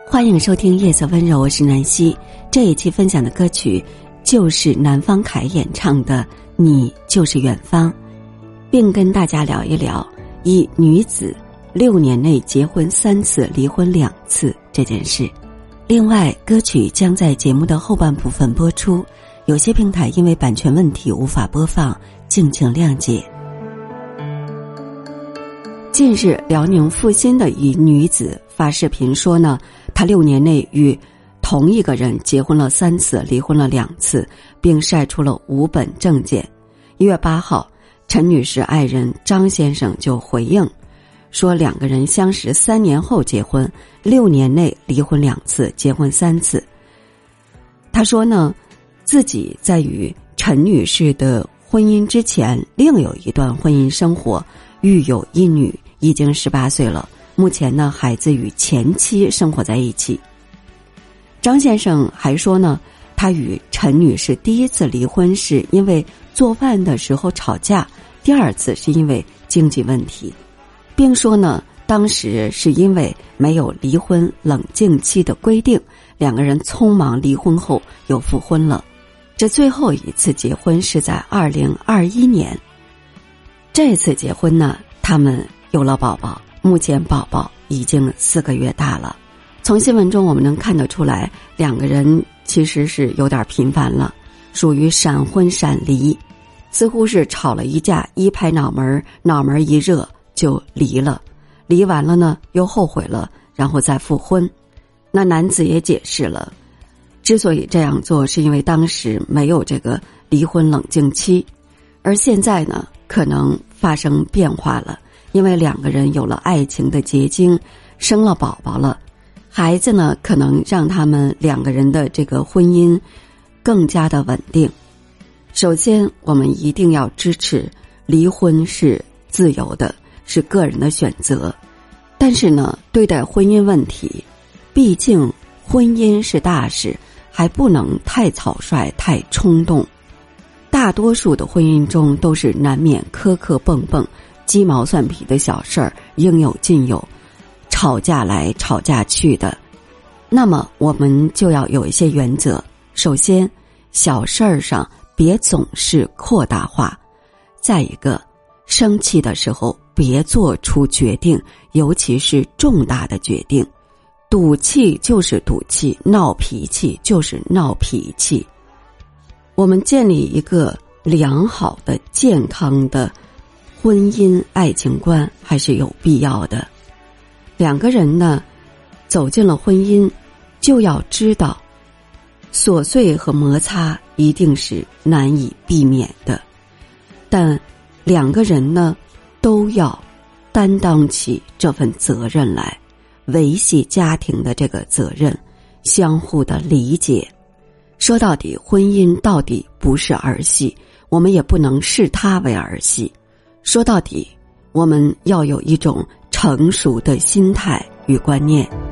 欢迎收听夜色温柔，我是南希。这一期分享的歌曲就是南方凯演唱的《你就是远方》，并跟大家聊一聊一女子6年内结婚3次离婚2次这件事。另外，歌曲将在节目的后半部分播出，有些平台因为版权问题无法播放，敬请谅解。近日，辽宁阜新的一女子发视频说呢，她6年内与同一个人结婚了3次，离婚了2次，并晒出了5本证件。1月8号，陈女士爱人张先生就回应说，2个人相识3年后结婚，6年内离婚2次，结婚3次。他说呢，自己在与陈女士的婚姻之前，另有一段婚姻生活，育有1女，已经18岁了。目前呢，孩子与前妻生活在一起。张先生还说呢，他与陈女士第1次离婚是因为做饭的时候吵架，第2次是因为经济问题，并说呢，当时是因为没有离婚冷静期的规定，2个人匆忙离婚后又复婚了。这最后一次结婚是在2021年。这次结婚呢，他们有了宝宝，目前宝宝已经4个月大了。从新闻中我们能看得出来，2个人其实是有点频繁了，属于闪婚闪离，似乎是吵了一架，一拍脑门一热就离了，离完了呢又后悔了，然后再复婚。那男子也解释了，之所以这样做是因为当时没有这个离婚冷静期，而现在呢可能发生变化了，因为2个人有了爱情的结晶，生了宝宝了，孩子呢可能让他们2个人的这个婚姻更加的稳定。首先我们一定要支持离婚是自由的，是个人的选择，但是呢，对待婚姻问题，毕竟婚姻是大事，还不能太草率太冲动。大多数的婚姻中都是难免磕磕碰碰，鸡毛蒜皮的小事儿应有尽有，吵架来吵架去的。那么我们就要有一些原则。首先，小事儿上别总是扩大化。再一个，生气的时候别做出决定，尤其是重大的决定。赌气就是赌气，闹脾气就是闹脾气。我们建立一个良好的健康的婚姻爱情观还是有必要的。2个人呢走进了婚姻，就要知道琐碎和摩擦一定是难以避免的，但2个人呢都要担当起这份责任来，维系家庭的这个责任，相互的理解。说到底，婚姻到底不是儿戏，我们也不能视它为儿戏。说到底，我们要有一种成熟的心态与观念。